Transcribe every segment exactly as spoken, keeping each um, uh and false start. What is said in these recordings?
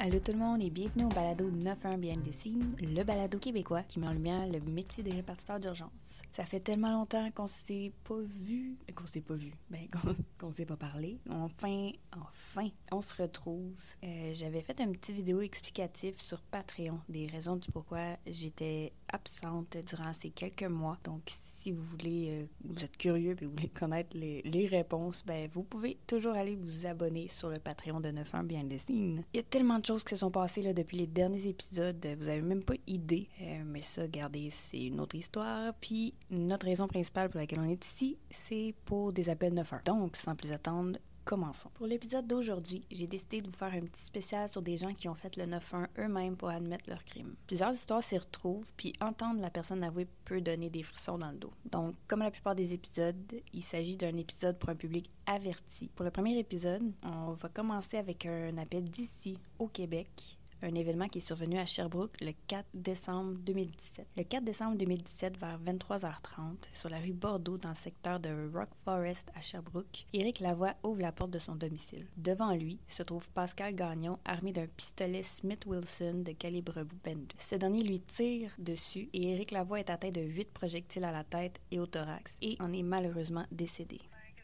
Allô tout le monde et bienvenue au balado neuf un Behind the Scenes, le balado québécois qui met en lumière le métier des répartiteurs d'urgence. Ça fait tellement longtemps qu'on s'est pas vu, qu'on s'est pas vu, ben qu'on, qu'on s'est pas parlé. Enfin, enfin, on se retrouve. Euh, j'avais fait un petit vidéo explicatif sur Patreon des raisons du pourquoi j'étais absente durant ces quelques mois. Donc si vous voulez, euh, vous êtes curieux et vous voulez connaître les, les réponses, ben vous pouvez toujours aller vous abonner sur le Patreon de neuf un Behind the Scenes. Il y a tellement de choses qui se sont passées là, depuis les derniers épisodes, vous avez même pas idée. Euh, mais ça, regardez, c'est une autre histoire. Puis notre raison principale pour laquelle on est ici, c'est pour des appels neuf un. Donc, sans plus attendre, commençons. Pour l'épisode d'aujourd'hui, j'ai décidé de vous faire un petit spécial sur des gens qui ont fait le neuf un eux-mêmes pour admettre leurs crimes. Plusieurs histoires s'y retrouvent, puis entendre la personne avouer peut donner des frissons dans le dos. Donc, comme la plupart des épisodes, il s'agit d'un épisode pour un public averti. Pour le premier épisode, on va commencer avec un appel d'ici, au Québec. Un événement qui est survenu à Sherbrooke le quatre décembre deux mille dix-sept. Le quatre décembre deux mille dix-sept, vers vingt-trois heures trente, sur la rue Bordeaux, dans le secteur de Rock Forest à Sherbrooke, Éric Lavoie ouvre la porte de son domicile. Devant lui se trouve Pascal Gagnon, armé d'un pistolet Smith Wesson de calibre vingt-deux. Ce dernier lui tire dessus et Éric Lavoie est atteint de huit projectiles à la tête et au thorax et en est malheureusement décédé.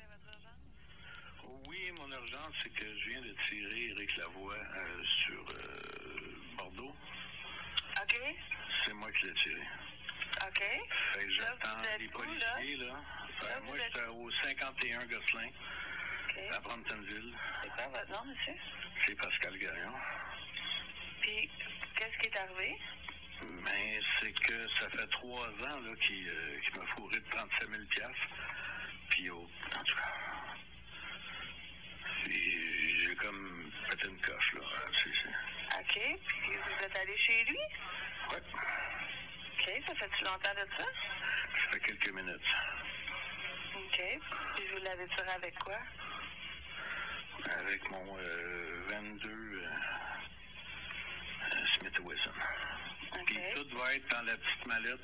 Oui, mon urgence, c'est que je viens de tirer Éric Lavoie euh, sur euh, Bordeaux. OK. C'est moi qui l'ai tiré. OK. Fait que j'attends vous êtes les où, policiers, là. là? Fait Là, que moi, vous êtes- j'étais au cinquante et un Gosselin, OK. à Bramptonville. C'est quoi votre nom, monsieur? C'est Pascal Gagnon. Puis, qu'est-ce qui est arrivé? Mais c'est que ça fait trois ans là, qu'il euh, qu'il m'a fourré de trente-sept mille piastres. Puis, au, en tout cas... Puis, j'ai comme fait une coche, là. C'est, c'est... OK. Puis, vous êtes allé chez lui? Ouais, OK. Ça fait-tu longtemps de ça? ça fait quelques minutes. OK. Puis, vous l'avez tiré avec quoi? Avec mon euh, vingt-deux euh, euh, Smith Wesson. OK. Puis tout va être dans la petite mallette.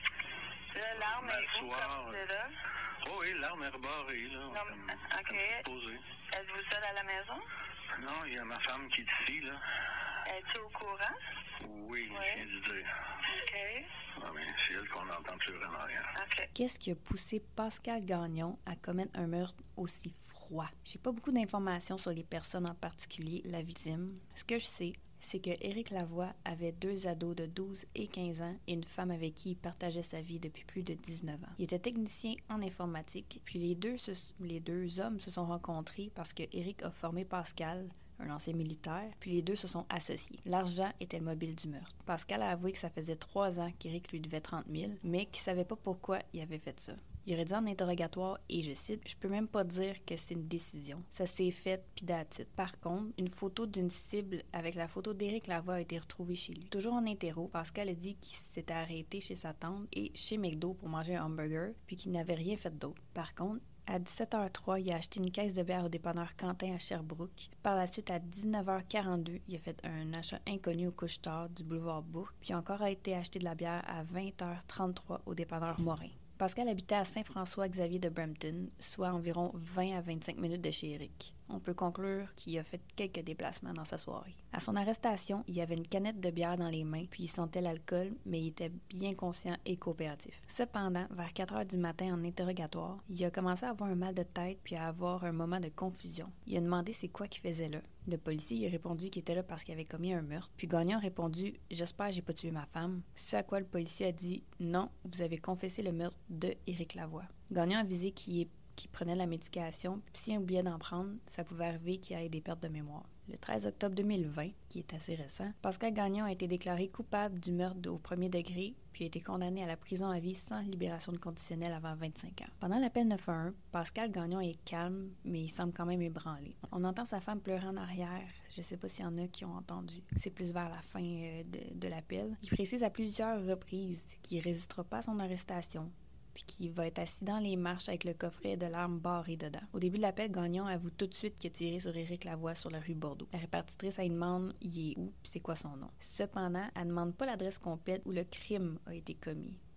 Là, l'arme est où M'asseoir. comme c'est là? Oh oui, l'arme est rebarrée, là. Non, comme, OK. comme supposé. Êtes-vous seul à la maison? Non, il y a ma femme qui est ici, là. Es-tu au courant? Oui, Oui. je viens de dire. OK. Ah, mais c'est elle qu'on entend pleurer en arrière. OK. Qu'est-ce qui a poussé Pascal Gagnon à commettre un meurtre aussi froid? J'ai pas beaucoup d'informations sur les personnes, en particulier la victime. Ce que je sais, c'est que Éric Lavoie avait deux ados de douze et quinze ans et une femme avec qui il partageait sa vie depuis plus de dix-neuf ans. Il était technicien en informatique, puis les deux, se, les deux hommes se sont rencontrés parce que Éric a formé Pascal, un ancien militaire, puis les deux se sont associés. L'argent était le mobile du meurtre. Pascal a avoué que ça faisait trois ans qu'Éric lui devait trente mille, mais qu'il savait pas pourquoi il avait fait ça. Il aurait dit en interrogatoire, et je cite, « Je peux même pas dire que c'est une décision. Ça s'est fait, pis that's it. » Par contre, une photo d'une cible avec la photo d'Éric Lavoie a été retrouvée chez lui. Toujours en interro, Pascal a dit qu'il s'était arrêté chez sa tante et chez McDo pour manger un hamburger, puis qu'il n'avait rien fait d'autre. Par contre, à dix-sept heures trois, il a acheté une caisse de bière au dépanneur Quentin à Sherbrooke. Par la suite, à dix-neuf heures quarante-deux, il a fait un achat inconnu au couche-tard du boulevard Bourg, puis encore a été acheté de la bière à vingt heures trente-trois au dépanneur Morin. Pascal habitait à Saint-François-Xavier de Brampton, soit environ vingt à vingt-cinq minutes de chez Éric. On peut conclure qu'il a fait quelques déplacements dans sa soirée. À son arrestation, il avait une canette de bière dans les mains, puis il sentait l'alcool, mais il était bien conscient et coopératif. Cependant, vers quatre heures du matin en interrogatoire, il a commencé à avoir un mal de tête puis à avoir un moment de confusion. Il a demandé c'est quoi qu'il faisait là. Le policier il a répondu qu'il était là parce qu'il avait commis un meurtre, puis Gagnon a répondu « J'espère que j'ai pas tué ma femme », ce à quoi le policier a dit « Non, vous avez confessé le meurtre de Éric Lavoie ». Gagnon a avisé qu'il est qui prenait la médication, puis s'il oubliait d'en prendre, ça pouvait arriver qu'il y ait des pertes de mémoire. Le treize octobre deux mille vingt, qui est assez récent, Pascal Gagnon a été déclaré coupable du meurtre au premier degré, puis a été condamné à la prison à vie sans libération conditionnelle avant vingt-cinq ans. Pendant l'appel neuf un un, Pascal Gagnon est calme, mais il semble quand même ébranlé. On entend sa femme pleurer en arrière. Je sais pas s'il y en a qui ont entendu. C'est plus vers la fin euh, de, de l'appel. Il précise à plusieurs reprises qu'il ne résistera pas à son arrestation, puis qui va être assis dans les marches avec le coffret de l'arme barré dedans. Au début de l'appel, Gagnon avoue tout de suite qu'il a tiré sur Éric Lavoie sur la rue Bordeaux. La répartitrice, elle demande il est où, puis c'est quoi son nom. Cependant, elle ne demande pas l'adresse complète où le crime a été commis.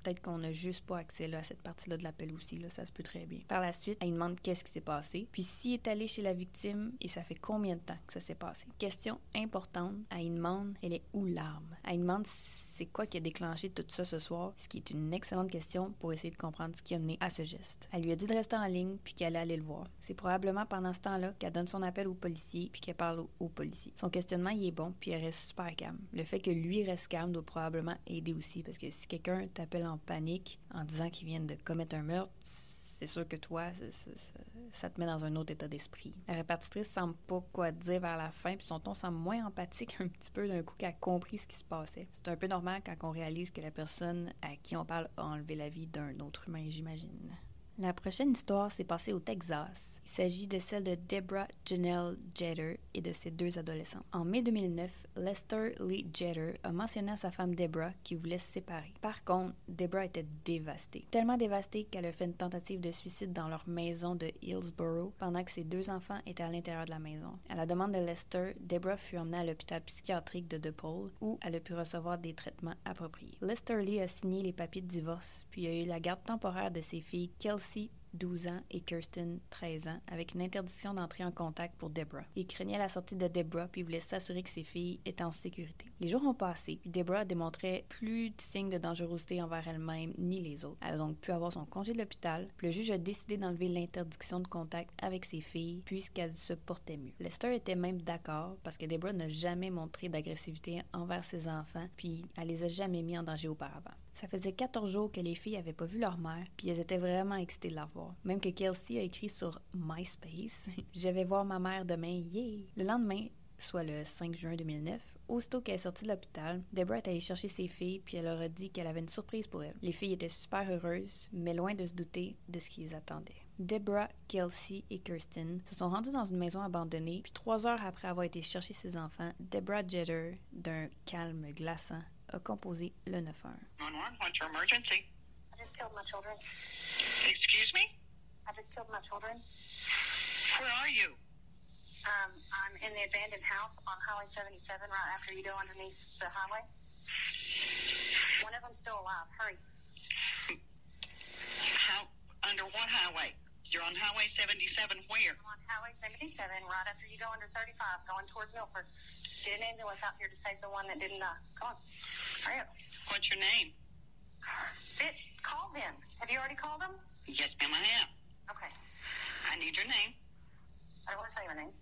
Peut-être qu'on n'a juste pas accès là, à cette partie-là de l'appel aussi, là, ça se peut très bien. Par la suite, elle lui demande qu'est-ce qui s'est passé, puis s'il est allé chez la victime et ça fait combien de temps que ça s'est passé. Question importante, elle lui demande, elle est où l'arme? Elle lui demande c'est quoi qui a déclenché tout ça ce soir, ce qui est une excellente question pour essayer de comprendre ce qui a mené à ce geste. Elle lui a dit de rester en ligne puis qu'elle allait aller le voir. C'est probablement pendant ce temps-là qu'elle donne son appel au policier puis qu'elle parle au, au policier. Son questionnement, il est bon puis elle reste super calme. Le fait que lui reste calme doit probablement aider aussi parce que si quelqu'un t'appelle en panique en disant qu'il vient de commettre un meurtre, c'est sûr que toi, ça, ça, ça, ça te met dans un autre état d'esprit. La répartitrice semble pas quoi dire vers la fin, puis son ton semble moins empathique un petit peu d'un coup qu'elle a compris ce qui se passait. C'est un peu normal quand on réalise que la personne à qui on parle a enlevé la vie d'un autre humain, j'imagine. La prochaine histoire s'est passée au Texas. Il s'agit de celle de Deborah Janelle Jeter et de ses deux adolescents. En mai deux mille neuf, Lester Lee Jeter a mentionné à sa femme Deborah qu'il voulait se séparer. Par contre, Deborah était dévastée. Tellement dévastée qu'elle a fait une tentative de suicide dans leur maison de Hillsborough pendant que ses deux enfants étaient à l'intérieur de la maison. À la demande de Lester, Deborah fut emmenée à l'hôpital psychiatrique de DePaul où elle a pu recevoir des traitements appropriés. Lester Lee a signé les papiers de divorce puis a eu la garde temporaire de ses filles Kelsey, douze ans, et Kirsten, treize ans, avec une interdiction d'entrer en contact pour Deborah. Il craignait la sortie de Deborah puis voulait s'assurer que ses filles étaient en sécurité. Les jours ont passé, puis Deborah démontrait plus de signes de dangerosité envers elle-même ni les autres. Elle a donc pu avoir son congé de l'hôpital, puis le juge a décidé d'enlever l'interdiction de contact avec ses filles puisqu'elles se portaient mieux. Lester était même d'accord parce que Deborah n'a jamais montré d'agressivité envers ses enfants, puis elle les a jamais mis en danger auparavant. Ça faisait quatorze jours que les filles n'avaient pas vu leur mère, puis elles étaient vraiment excitées de la voir. Même que Kelsey a écrit sur MySpace « Je vais voir ma mère demain, yeah! » Le lendemain, soit le cinq juin deux mille neuf, aussitôt qu'elle est sortie de l'hôpital, Deborah est allée chercher ses filles, puis elle leur a dit qu'elle avait une surprise pour elles. Les filles étaient super heureuses, mais loin de se douter de ce qui les attendait. Deborah, Kelsey et Kirsten se sont rendues dans une maison abandonnée, puis trois heures après avoir été chercher ses enfants, Deborah Jeter, d'un calme glaçant, a composé le neuf un un. nine one one, what's your emergency? I just killed my children. Excuse me? I just killed my children. Where are you? Um, I'm in the abandoned house on Highway seventy-seven right after you go underneath the highway. One of them's still alive. Hurry. How, under what highway? You're on Highway seventy-seven where? I'm on Highway seventy-seven right after you go under thirty-five going towards Milford. Get an ambulance out here to save the one that didn't die. Come on. Hurry up. What's your name? Bitch, call them. Have you already called them? Yes, ma'am, I have. Okay. I need your name. I don't want to say my name.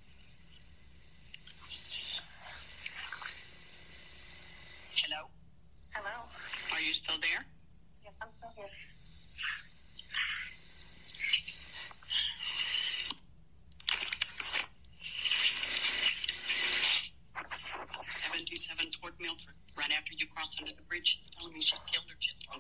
Hello? Hello? Are you still there? Yes, I'm still here. seventy-seven toward Milford. Right after you cross under the bridge, she's telling me she's killed her children.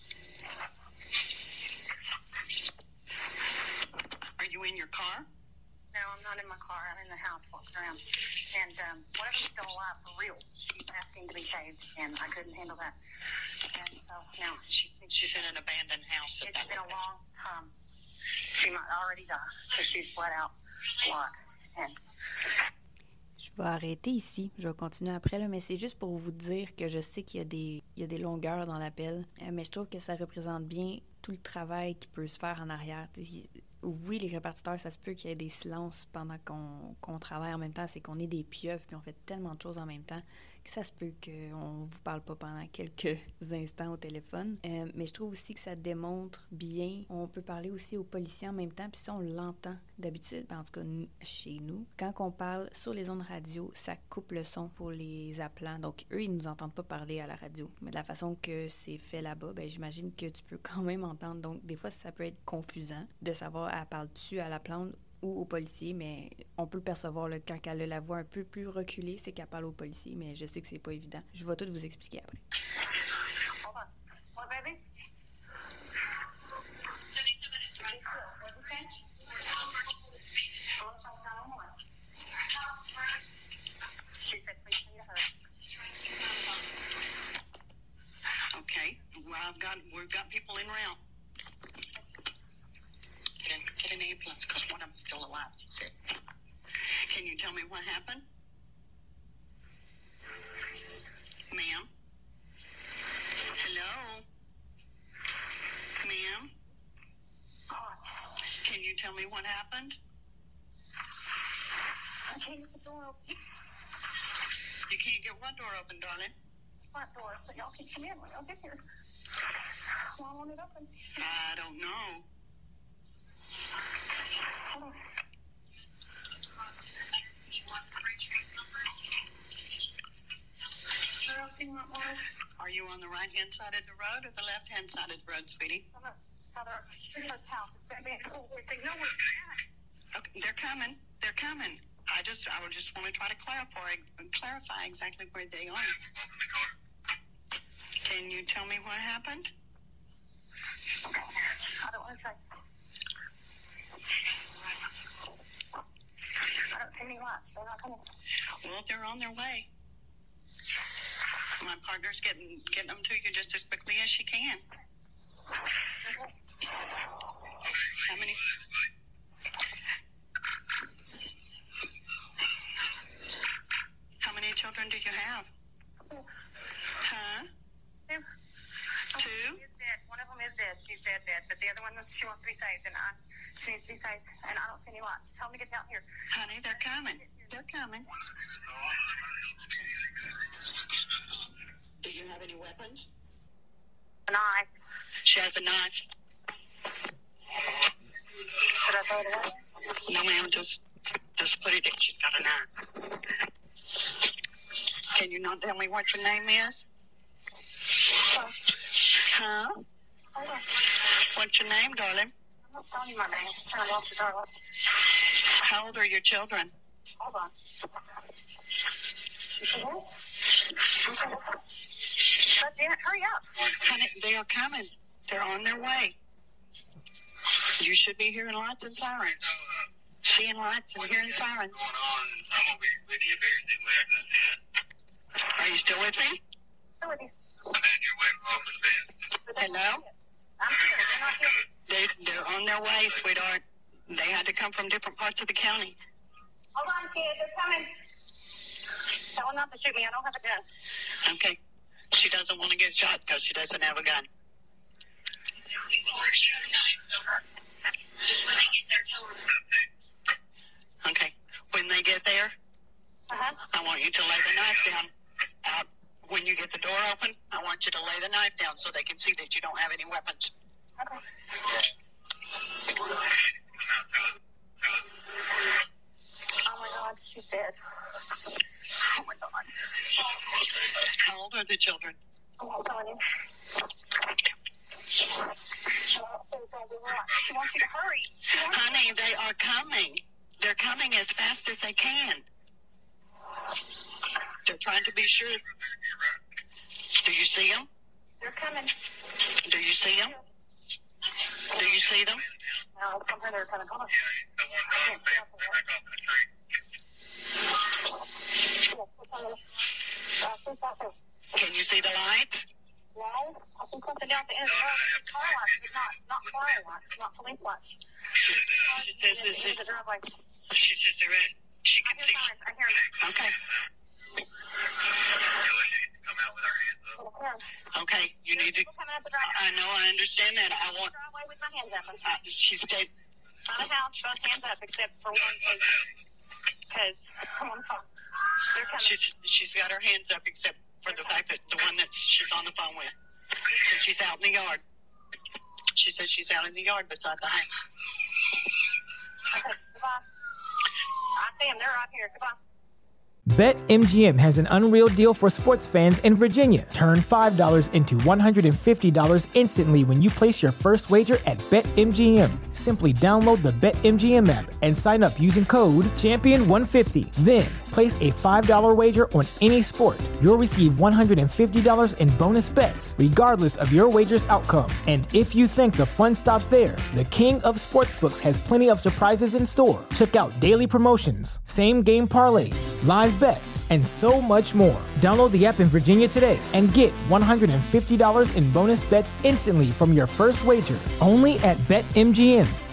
Are you in your car? No, I'm not in my car. I'm in the house walking around. And um, one of them's still alive for real. She's asking to be saved, and I couldn't handle that. And so now She's, she's in an abandoned house at it's that been a location. long time. She might already die because she's bled out a lot. And Je vais arrêter ici. Je vais continuer après, là, mais c'est juste pour vous dire que je sais qu'il y a des, il y a des longueurs dans l'appel, euh, mais je trouve que ça représente bien tout le travail qui peut se faire en arrière. T'sais, oui, les répartiteurs, ça se peut qu'il y ait des silences pendant qu'on, qu'on travaille en même temps. C'est qu'on est des pieuvres puis on fait tellement de choses en même temps que ça se peut qu'on ne vous parle pas pendant quelques instants au téléphone. Euh, mais je trouve aussi que ça démontre bien. On peut parler aussi aux policiers en même temps, puis ça, on l'entend d'habitude, ben, en tout cas chez nous. Quand on parle sur les ondes radio, ça coupe le son pour les appelants. Donc, eux, ils ne nous entendent pas parler à la radio. Mais de la façon que c'est fait là-bas, ben, j'imagine que tu peux quand même entendre. Donc, des fois, ça peut être confusant de savoir elle parle-tu à la plante ou au policier, mais on peut le percevoir là, quand elle a la voix un peu plus reculée, c'est qu'elle parle au policier, mais je sais que c'est pas évident. Je vais tout vous expliquer après. hold on. What, baby? She said, please send her. Okay. Well, I've got, we've got people en route. Get, in, get an ambulance because one of them's still alive, she said. Can you tell me what happened? Ma'am? Hello? tell me what happened? I can't get the door open. You can't get what door open, darling? Front door, so y'all can come in when y'all get here. Well, I want it open. I don't know. Hold on. Are you on the right-hand side of the road or the left-hand side of the road, sweetie? I'm at Father Schindler's house. It's that man. Oh, wait, they know where it's at. Okay, they're coming. They're coming. I just, I would just want to try to clarify, clarify exactly where they are. Can you tell me what happened? I don't want to say. I don't see any lights. They're not coming. Well, they're on their way. My partner's getting getting them to you just as quickly as she can. How many? How many children do you have? Huh? Two. Two? She's dead. One of them is dead. She's dead, dead. But the other one, she wants to be saved, and I, she needs to be saved. And I don't see any lights. Tell them to get down here. Honey, they're coming. They're coming. Do you have any weapons? A knife. She has a knife. Should I throw it away? No, ma'am, just, just put it in. She's got a knife. Can you not tell me what your name is? Oh. Huh? Hold on. What's your name, darling? I'm not telling you my name. I'm trying to lock the door. How old are your children? Hold on. You see that? But Janet, hurry up. Honey, they are coming. They're on their way. You should be hearing lights and sirens. Seeing lights and hearing sirens. Are you still with me? Still with you. Hello? I'm here. They're not here. They, they're on their way, sweetheart. They had to come from different parts of the county. Hold on, kids. They're coming. Tell them not to shoot me. I don't have a gun. Okay. She doesn't want to get shot because she doesn't have a gun. Okay. When they get there, Uh-huh. I want you to lay the knife down. Out. When you get the door open, I want you to lay the knife down so they can see that you don't have any weapons. Okay. Oh, my God. She's dead. Oh, my God. How old are the children? I'm not telling you. She wants you to hurry. She wants Honey, they are coming. They're coming as fast as they can. They're trying to be sure. Do you see them? They're coming. Do you see them? Do you see them? No, somewhere they're coming. Hold on. Can you see the lights? No, I see something down at the end of the road. It's car lights, but not, not fire lights, not police lights. She, she says this is. The driveway. She says they're in. She I can hear see. sirens. I hear them. Okay. Okay. You need to. People coming up the driveway. I know. I understand that. I want. Driveway with my hands up. I'm Uh, she's dead. not a house, both hands up, except for one because I'm on the phone. They're coming. She's she's got her hands up except for the fact that the one that she's on the phone with. So she's out in the yard. She says she's out in the yard beside the house. Okay, goodbye. I see them. They're right here. Goodbye. BetMGM has an unreal deal for sports fans in Virginia. Turn five dollars into one hundred fifty dollars instantly when you place your first wager at BetMGM. Simply download the BetMGM app and sign up using code champion one fifty. Then, place a five dollars wager on any sport. You'll receive one hundred fifty dollars in bonus bets, regardless of your wager's outcome. And if you think the fun stops there, the king of sportsbooks has plenty of surprises in store. Check out daily promotions, same-game parlays, live bets, and so much more. Download the app in Virginia today and get one hundred fifty dollars in bonus bets instantly from your first wager. Only at BetMGM.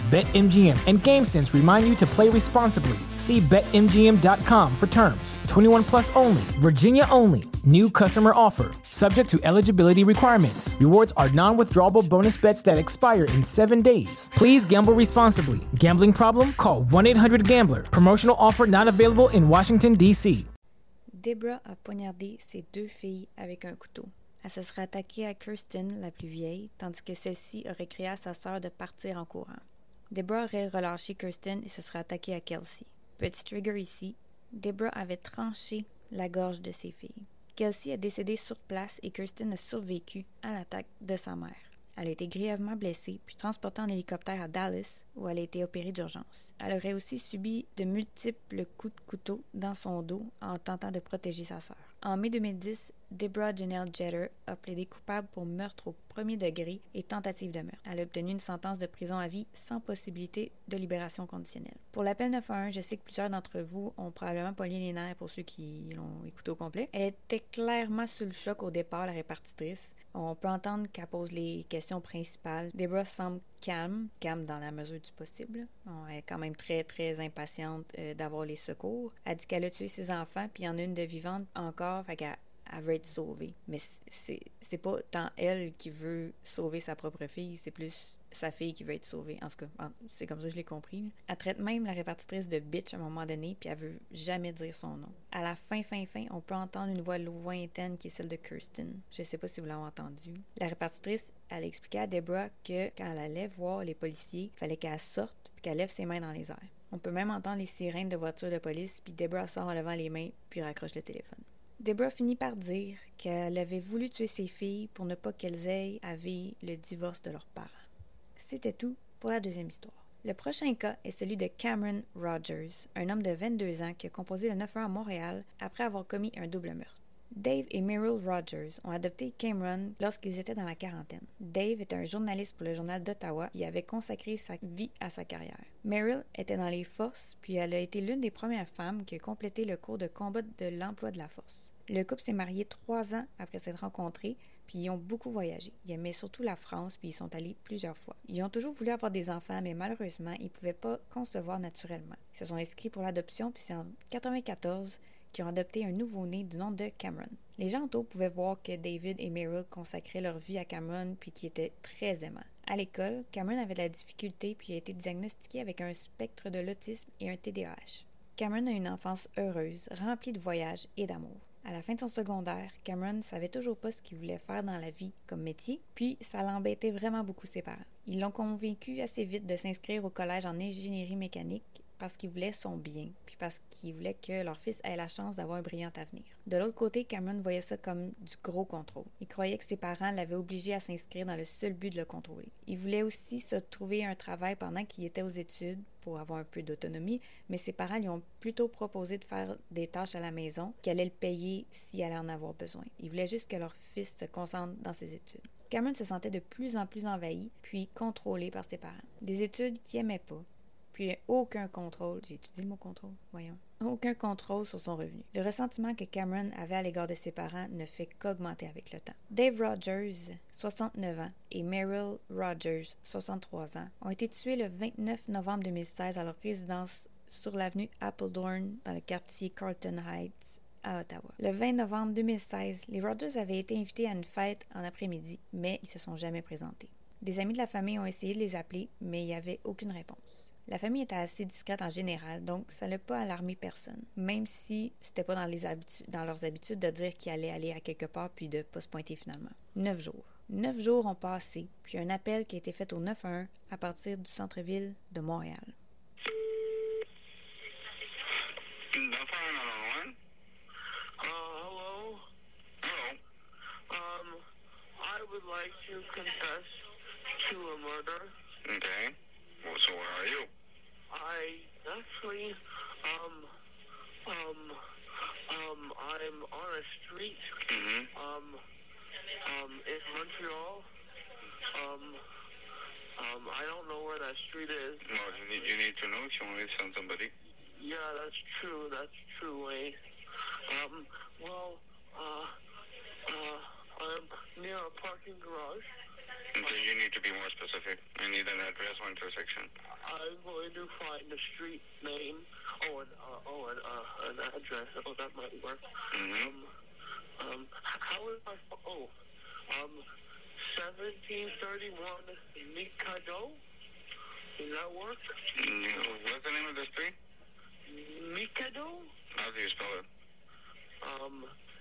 BetMGM and GameSense remind you to play responsibly. See Bet M G M dot com for terms. twenty-one plus only. Virginia only. New customer offer. Subject to eligibility requirements. Rewards are non-withdrawable bonus bets that expire in seven days. Please gamble responsibly. Gambling problem? Call one eight hundred gambler. Promotional offer not available in Washington, D C Debra a poignardé ses deux filles avec un couteau. Elle se serait attaquée à Kirsten, la plus vieille, tandis que celle-ci aurait crié à sa sœur de partir en courant. Debra aurait relâché Kirsten et se serait attaquée à Kelsey. Petit trigger ici, Debra avait tranché la gorge de ses filles. Kelsey a décédé sur place et Kirsten a survécu à l'attaque de sa mère. Elle a été grièvement blessée puis transportée en hélicoptère à Dallas où elle a été opérée d'urgence. Elle aurait aussi subi de multiples coups de couteau dans son dos en tentant de protéger sa sœur. En mai deux mille dix, Debra Janelle Jeter a plaidé coupable pour meurtre au premier degré et tentative de meurtre. Elle a obtenu une sentence de prison à vie sans possibilité de libération conditionnelle. Pour l'appel neuf un un, je sais que plusieurs d'entre vous ont probablement pogné les nerfs pour ceux qui l'ont écouté au complet. Elle était clairement sous le choc au départ, la répartitrice. On peut entendre qu'elle pose les questions principales. Debra semble calme, calme dans la mesure du possible. On est quand même très, très impatiente euh, d'avoir les secours. Elle dit qu'elle a tué ses enfants, puis il y en a une de vivante encore, fait qu'elle elle veut être sauvée. Mais c'est, c'est pas tant elle qui veut sauver sa propre fille, c'est plus sa fille qui veut être sauvée. En tout cas, c'est comme ça que je l'ai compris. Elle traite même la répartitrice de bitch à un moment donné, puis elle veut jamais dire son nom. À la fin, fin, fin, on peut entendre une voix lointaine qui est celle de Kirsten. Je sais pas si vous l'avez entendu. La répartitrice, elle expliquait à Debra que quand elle allait voir les policiers, il fallait qu'elle sorte puis qu'elle lève ses mains dans les airs. On peut même entendre les sirènes de voitures de police, puis Debra sort en levant les mains puis raccroche le téléphone. Debra finit par dire qu'elle avait voulu tuer ses filles pour ne pas qu'elles aient à vivre le divorce de leurs parents. C'était tout pour la deuxième histoire. Le prochain cas est celui de Cameron Rogers, un homme de vingt-deux ans qui a composé le neuf un un à Montréal après avoir commis un double meurtre. Dave et Meryl Rogers ont adopté Cameron lorsqu'ils étaient dans la quarantaine. Dave est un journaliste pour le Journal d'Ottawa et avait consacré sa vie à sa carrière. Meryl était dans les forces, puis elle a été l'une des premières femmes qui a complété le cours de combat de l'emploi de la force. Le couple s'est marié trois ans après s'être rencontrés, puis ils ont beaucoup voyagé. Ils aimaient surtout la France, puis ils sont allés plusieurs fois. Ils ont toujours voulu avoir des enfants, mais malheureusement, ils ne pouvaient pas concevoir naturellement. Ils se sont inscrits pour l'adoption, puis c'est en quatre-vingt-quatorze qu'ils ont adopté un nouveau-né du nom de Cameron. Les gens autour pouvaient voir que David et Meryl consacraient leur vie à Cameron, puis qu'ils étaient très aimants. À l'école, Cameron avait de la difficulté, puis a été diagnostiqué avec un spectre de l'autisme et un T D A H. Cameron a une enfance heureuse, remplie de voyages et d'amour. À la fin de son secondaire, Cameron ne savait toujours pas ce qu'il voulait faire dans la vie comme métier, puis ça l'embêtait vraiment beaucoup ses parents. Ils l'ont convaincu assez vite de s'inscrire au collège en ingénierie mécanique parce qu'ils voulaient son bien, puis parce qu'ils voulaient que leur fils ait la chance d'avoir un brillant avenir. De l'autre côté, Cameron voyait ça comme du gros contrôle. Il croyait que ses parents l'avaient obligé à s'inscrire dans le seul but de le contrôler. Il voulait aussi se trouver un travail pendant qu'il était aux études pour avoir un peu d'autonomie, mais ses parents lui ont plutôt proposé de faire des tâches à la maison qui allaient le payer s'il allait en avoir besoin. Il voulait juste que leur fils se concentre dans ses études. Cameron se sentait de plus en plus envahi, puis contrôlé par ses parents. Des études qu'il n'aimait pas, puis aucun contrôle, j'ai étudié le mot contrôle, voyons, aucun contrôle sur son revenu. Le ressentiment que Cameron avait à l'égard de ses parents ne fait qu'augmenter avec le temps. Dave Rogers, soixante-neuf ans, et Meryl Rogers, soixante-trois ans, ont été tués le vingt-neuf novembre deux mille seize à leur résidence sur l'avenue Appledorn, dans le quartier Carlton Heights, à Ottawa. Le vingt novembre deux mille seize, les Rogers avaient été invités à une fête en après-midi, mais ils se sont jamais présentés. Des amis de la famille ont essayé de les appeler, mais il n'y avait aucune réponse. La famille était assez discrète en général, donc ça n'a pas alarmé personne, même si c'était pas dans, les habitu- dans leurs habitudes de dire qu'ils allaient aller à quelque part puis de pas se pointer finalement. Neuf jours. Neuf jours ont passé, puis un appel qui a été fait au neuf un un à partir du centre-ville de Montréal. Like to confess to a murder. Okay. Well, so where are you? I actually, um, um, um, I'm on a street, mm-hmm. um, um, in Montreal. Um, um, I don't know where that street is. Well, you need, you need to know if you want to send somebody. Yeah, that's true. That's true, Wayne. Um, well, uh, uh, I'm near a parking garage. Okay, you need to be more specific. I need an address or intersection. I'm going to find the street name. Oh, an, uh, oh, an, uh, an address. Oh, that might work. Mm-hmm. Um, um, how is my, oh, um, seventeen thirty-one Mikado? Does that work? Mm, what's the name of the street? Mikado? How do you spell it? Um,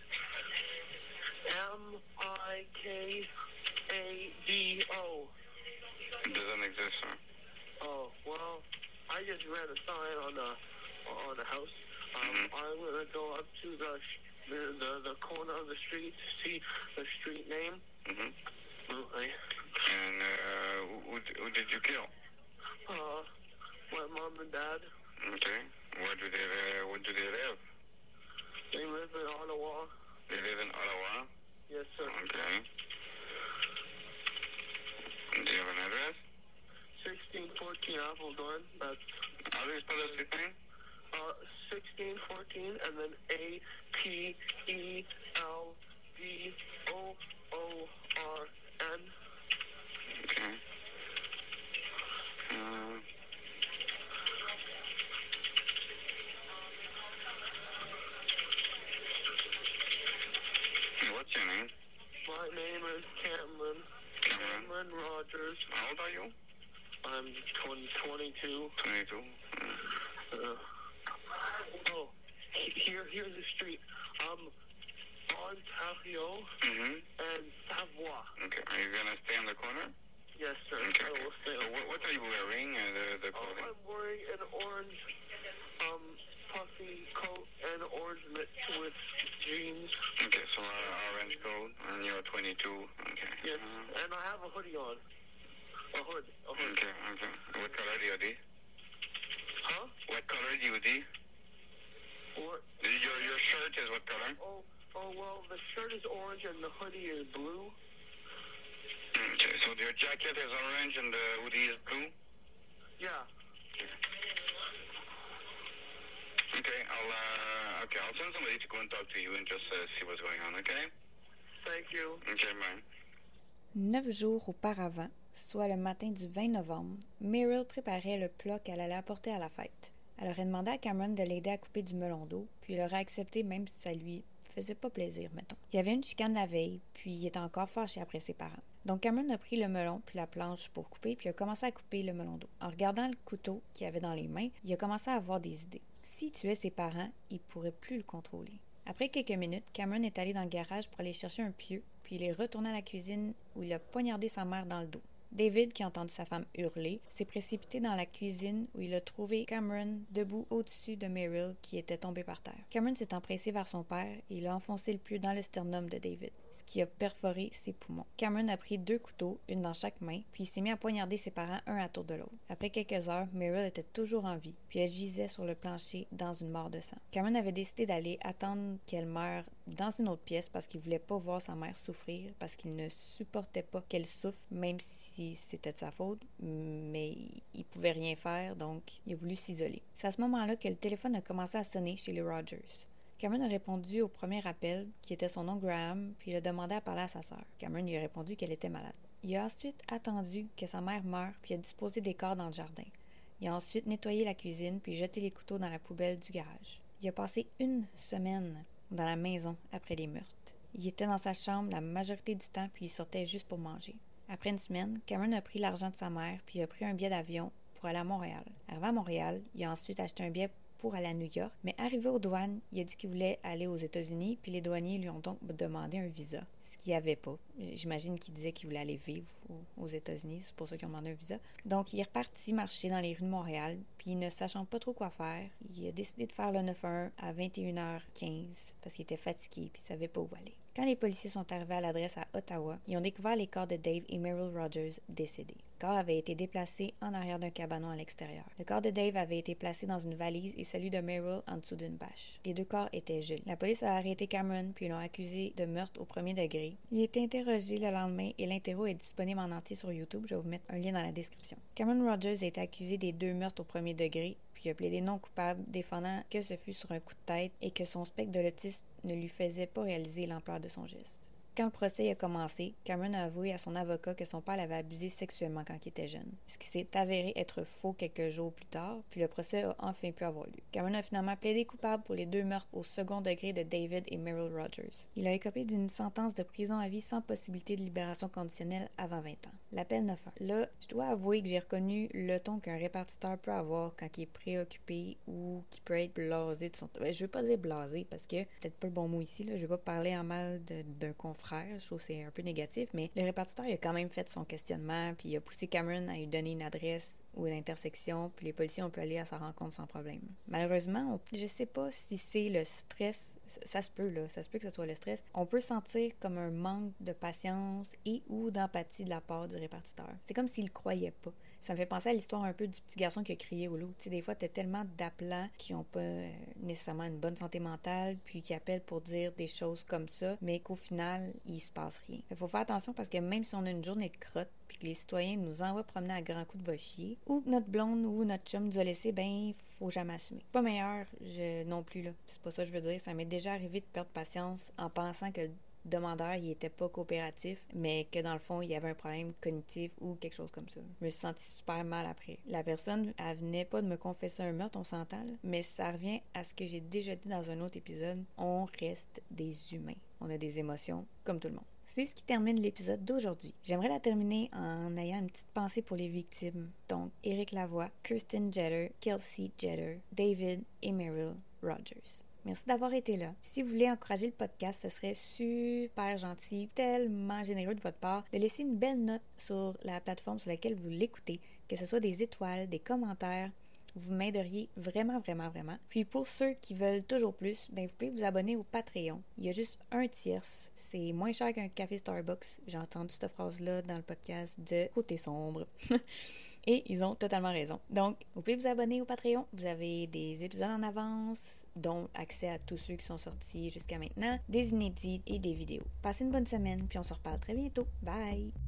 M I K A D O. It doesn't exist, sir. Oh, well, I just read a sign on the on the house. Um, mm-hmm. I'm gonna go up to the, the the the corner of the street to see the street name. Mm-hmm. Okay. And uh, who, who did you kill? Uh, my mom and dad. Okay. Where do they uh, where do they live? They live in Ottawa. They live in Ottawa? Yes, sir. Okay. Do you have an address? sixteen fourteen Appledorn. That's... How do you spell the street name? Uh, sixteen fourteen and then A P E L D O O R N. Okay. Uh... What's your name? My name is Cameron. Cameron? Cameron Rogers. How old are you? I'm twenty, twenty-two. twenty-two? Mm. Uh, oh, here, here's the street. Um, Ontario mm-hmm. and Savoie. Okay, are you going to stay on the corner? Yes, sir. Okay. I will stay on. So what, what are you wearing, uh, the, the clothing? Oh, I'm wearing an orange, um, puffy coat and orange mitts with jeans. Okay, so uh, orange coat, and you're twenty-two. Okay. Yes, uh, and I have a hoodie on. A hood. A hood. Okay, okay. What color do you do? Huh? What color do you do? What? Your your shirt is what color? Oh, oh well, the shirt is orange and the hoodie is blue. Okay, so your jacket is orange and the hoodie is blue? Yeah. Okay, I'll uh, okay, I'll send somebody to go and talk to you and just uh, see what's going on, okay? Thank you. Okay, bye. Neuf jours auparavant, soit le matin du vingt novembre, Meryl préparait le plat qu'elle allait apporter à la fête. Elle aurait demandé à Cameron de l'aider à couper du melon d'eau, puis il aurait accepté même si ça lui faisait pas plaisir, mettons. Il y avait une chicane la veille, puis il était encore fâché après ses parents. Donc Cameron a pris le melon puis la planche pour couper, puis a commencé à couper le melon d'eau. En regardant le couteau qu'il avait dans les mains, il a commencé à avoir des idées. S'il tuait ses parents, il pourrait plus le contrôler. Après quelques minutes, Cameron est allé dans le garage pour aller chercher un pieu, puis il est retourné à la cuisine où il a poignardé sa mère dans le dos. David, qui a entendu sa femme hurler, s'est précipité dans la cuisine où il a trouvé Cameron debout au-dessus de Meryl qui était tombée par terre. Cameron s'est empressé vers son père et il a enfoncé le pieu dans le sternum de David, ce qui a perforé ses poumons. Cameron a pris deux couteaux, une dans chaque main, puis il s'est mis à poignarder ses parents un à tour de l'autre. Après quelques heures, Meryl était toujours en vie, puis elle gisait sur le plancher dans une mare de sang. Cameron avait décidé d'aller attendre qu'elle meure dans une autre pièce parce qu'il voulait pas voir sa mère souffrir, parce qu'il ne supportait pas qu'elle souffre, même si c'était de sa faute, mais il pouvait rien faire, donc il a voulu s'isoler. C'est à ce moment-là que le téléphone a commencé à sonner chez les Rogers. Cameron a répondu au premier appel, qui était son nom Graham, puis il a demandé à parler à sa sœur. Cameron lui a répondu qu'elle était malade. Il a ensuite attendu que sa mère meure, puis a disposé des corps dans le jardin. Il a ensuite nettoyé la cuisine, puis jeté les couteaux dans la poubelle du garage. Il a passé une semaine dans la maison après les meurtres. Il était dans sa chambre la majorité du temps, puis il sortait juste pour manger. Après une semaine, Cameron a pris l'argent de sa mère, puis il a pris un billet d'avion pour aller à Montréal. Arrivé à Montréal, il a ensuite acheté un billet pour aller à New York, mais arrivé aux douanes, il a dit qu'il voulait aller aux États-Unis, puis les douaniers lui ont donc demandé un visa, ce qu'il n'y avait pas. J'imagine qu'il disait qu'il voulait aller vivre aux États-Unis, c'est pour ça qu'ils ont demandé un visa. Donc, il est reparti marcher dans les rues de Montréal, puis ne sachant pas trop quoi faire, il a décidé de faire le neuf un un à vingt et une heures quinze, parce qu'il était fatigué, puis il savait pas où aller. Quand les policiers sont arrivés à l'adresse à Ottawa, ils ont découvert les corps de Dave et Meryl Rogers décédés. Le corps avait été déplacé en arrière d'un cabanon à l'extérieur. Le corps de Dave avait été placé dans une valise et celui de Meryl en dessous d'une bâche. Les deux corps étaient gelés. La police a arrêté Cameron puis l'ont accusé de meurtre au premier degré. Il a été interrogé le lendemain et l'interro est disponible en entier sur YouTube. Je vais vous mettre un lien dans la description. Cameron Rogers a été accusé des deux meurtres au premier degré puis il a plaidé non coupable, défendant que ce fut sur un coup de tête et que son spectre de l'autisme ne lui faisait pas réaliser l'ampleur de son geste. Quand le procès a commencé, Cameron a avoué à son avocat que son père l'avait abusé sexuellement quand il était jeune, ce qui s'est avéré être faux quelques jours plus tard, puis le procès a enfin pu avoir lieu. Cameron a finalement plaidé coupable pour les deux meurtres au second degré de David et Merrill Rogers. Il a écopé d'une sentence de prison à vie sans possibilité de libération conditionnelle avant vingt ans. L'appel neuf un. Là, je dois avouer que j'ai reconnu le ton qu'un répartiteur peut avoir quand il est préoccupé ou qui peut être blasé de son... Ben, je veux pas dire blasé parce que, peut-être pas le bon mot ici, là, je vais pas parler en mal de, d'un confrère, je trouve que c'est un peu négatif, mais le répartiteur il a quand même fait son questionnement, puis il a poussé Cameron à lui donner une adresse ou une intersection, puis les policiers ont pu aller à sa rencontre sans problème. Malheureusement, on, je sais pas si c'est le stress, ça, ça se peut là, ça se peut que ce soit le stress, on peut sentir comme un manque de patience et ou d'empathie de la part du répartiteur. C'est comme s'il croyait pas. Ça me fait penser à l'histoire un peu du petit garçon qui a crié au loup. Tu sais, des fois, t'as tellement d'appelants qui n'ont pas euh, nécessairement une bonne santé mentale, puis qui appellent pour dire des choses comme ça, mais qu'au final, il se passe rien. Il faut faire attention parce que même si on a une journée de crotte, puis que les citoyens nous envoient promener à grands coups de va chier, ou que notre blonde ou notre chum nous a laissé, ben, faut jamais assumer. Pas meilleur, je non plus, là. C'est pas ça que je veux dire. Ça m'est déjà arrivé de perdre patience en pensant que demandeur, il était pas coopératif, mais que dans le fond, il y avait un problème cognitif ou quelque chose comme ça. Je me suis sentie super mal après. La personne, elle venait pas de me confesser un meurtre, on s'entend, là, mais ça revient à ce que j'ai déjà dit dans un autre épisode. On reste des humains. On a des émotions, comme tout le monde. C'est ce qui termine l'épisode d'aujourd'hui. J'aimerais la terminer en ayant une petite pensée pour les victimes. Donc, Éric Lavoie, Kirsten Jetter, Kelsey Jetter, David et Merrill Rogers. Merci d'avoir été là. Si vous voulez encourager le podcast, ce serait super gentil, tellement généreux de votre part, de laisser une belle note sur la plateforme sur laquelle vous l'écoutez, que ce soit des étoiles, des commentaires. Vous m'aideriez vraiment, vraiment, vraiment. Puis pour ceux qui veulent toujours plus, ben vous pouvez vous abonner au Patreon. Il y a juste un tierce. C'est moins cher qu'un café Starbucks. J'ai entendu cette phrase-là dans le podcast de Côté Sombre. Et ils ont totalement raison. Donc, vous pouvez vous abonner au Patreon. Vous avez des épisodes en avance, dont accès à tous ceux qui sont sortis jusqu'à maintenant, des inédits et des vidéos. Passez une bonne semaine, puis on se reparle très bientôt. Bye!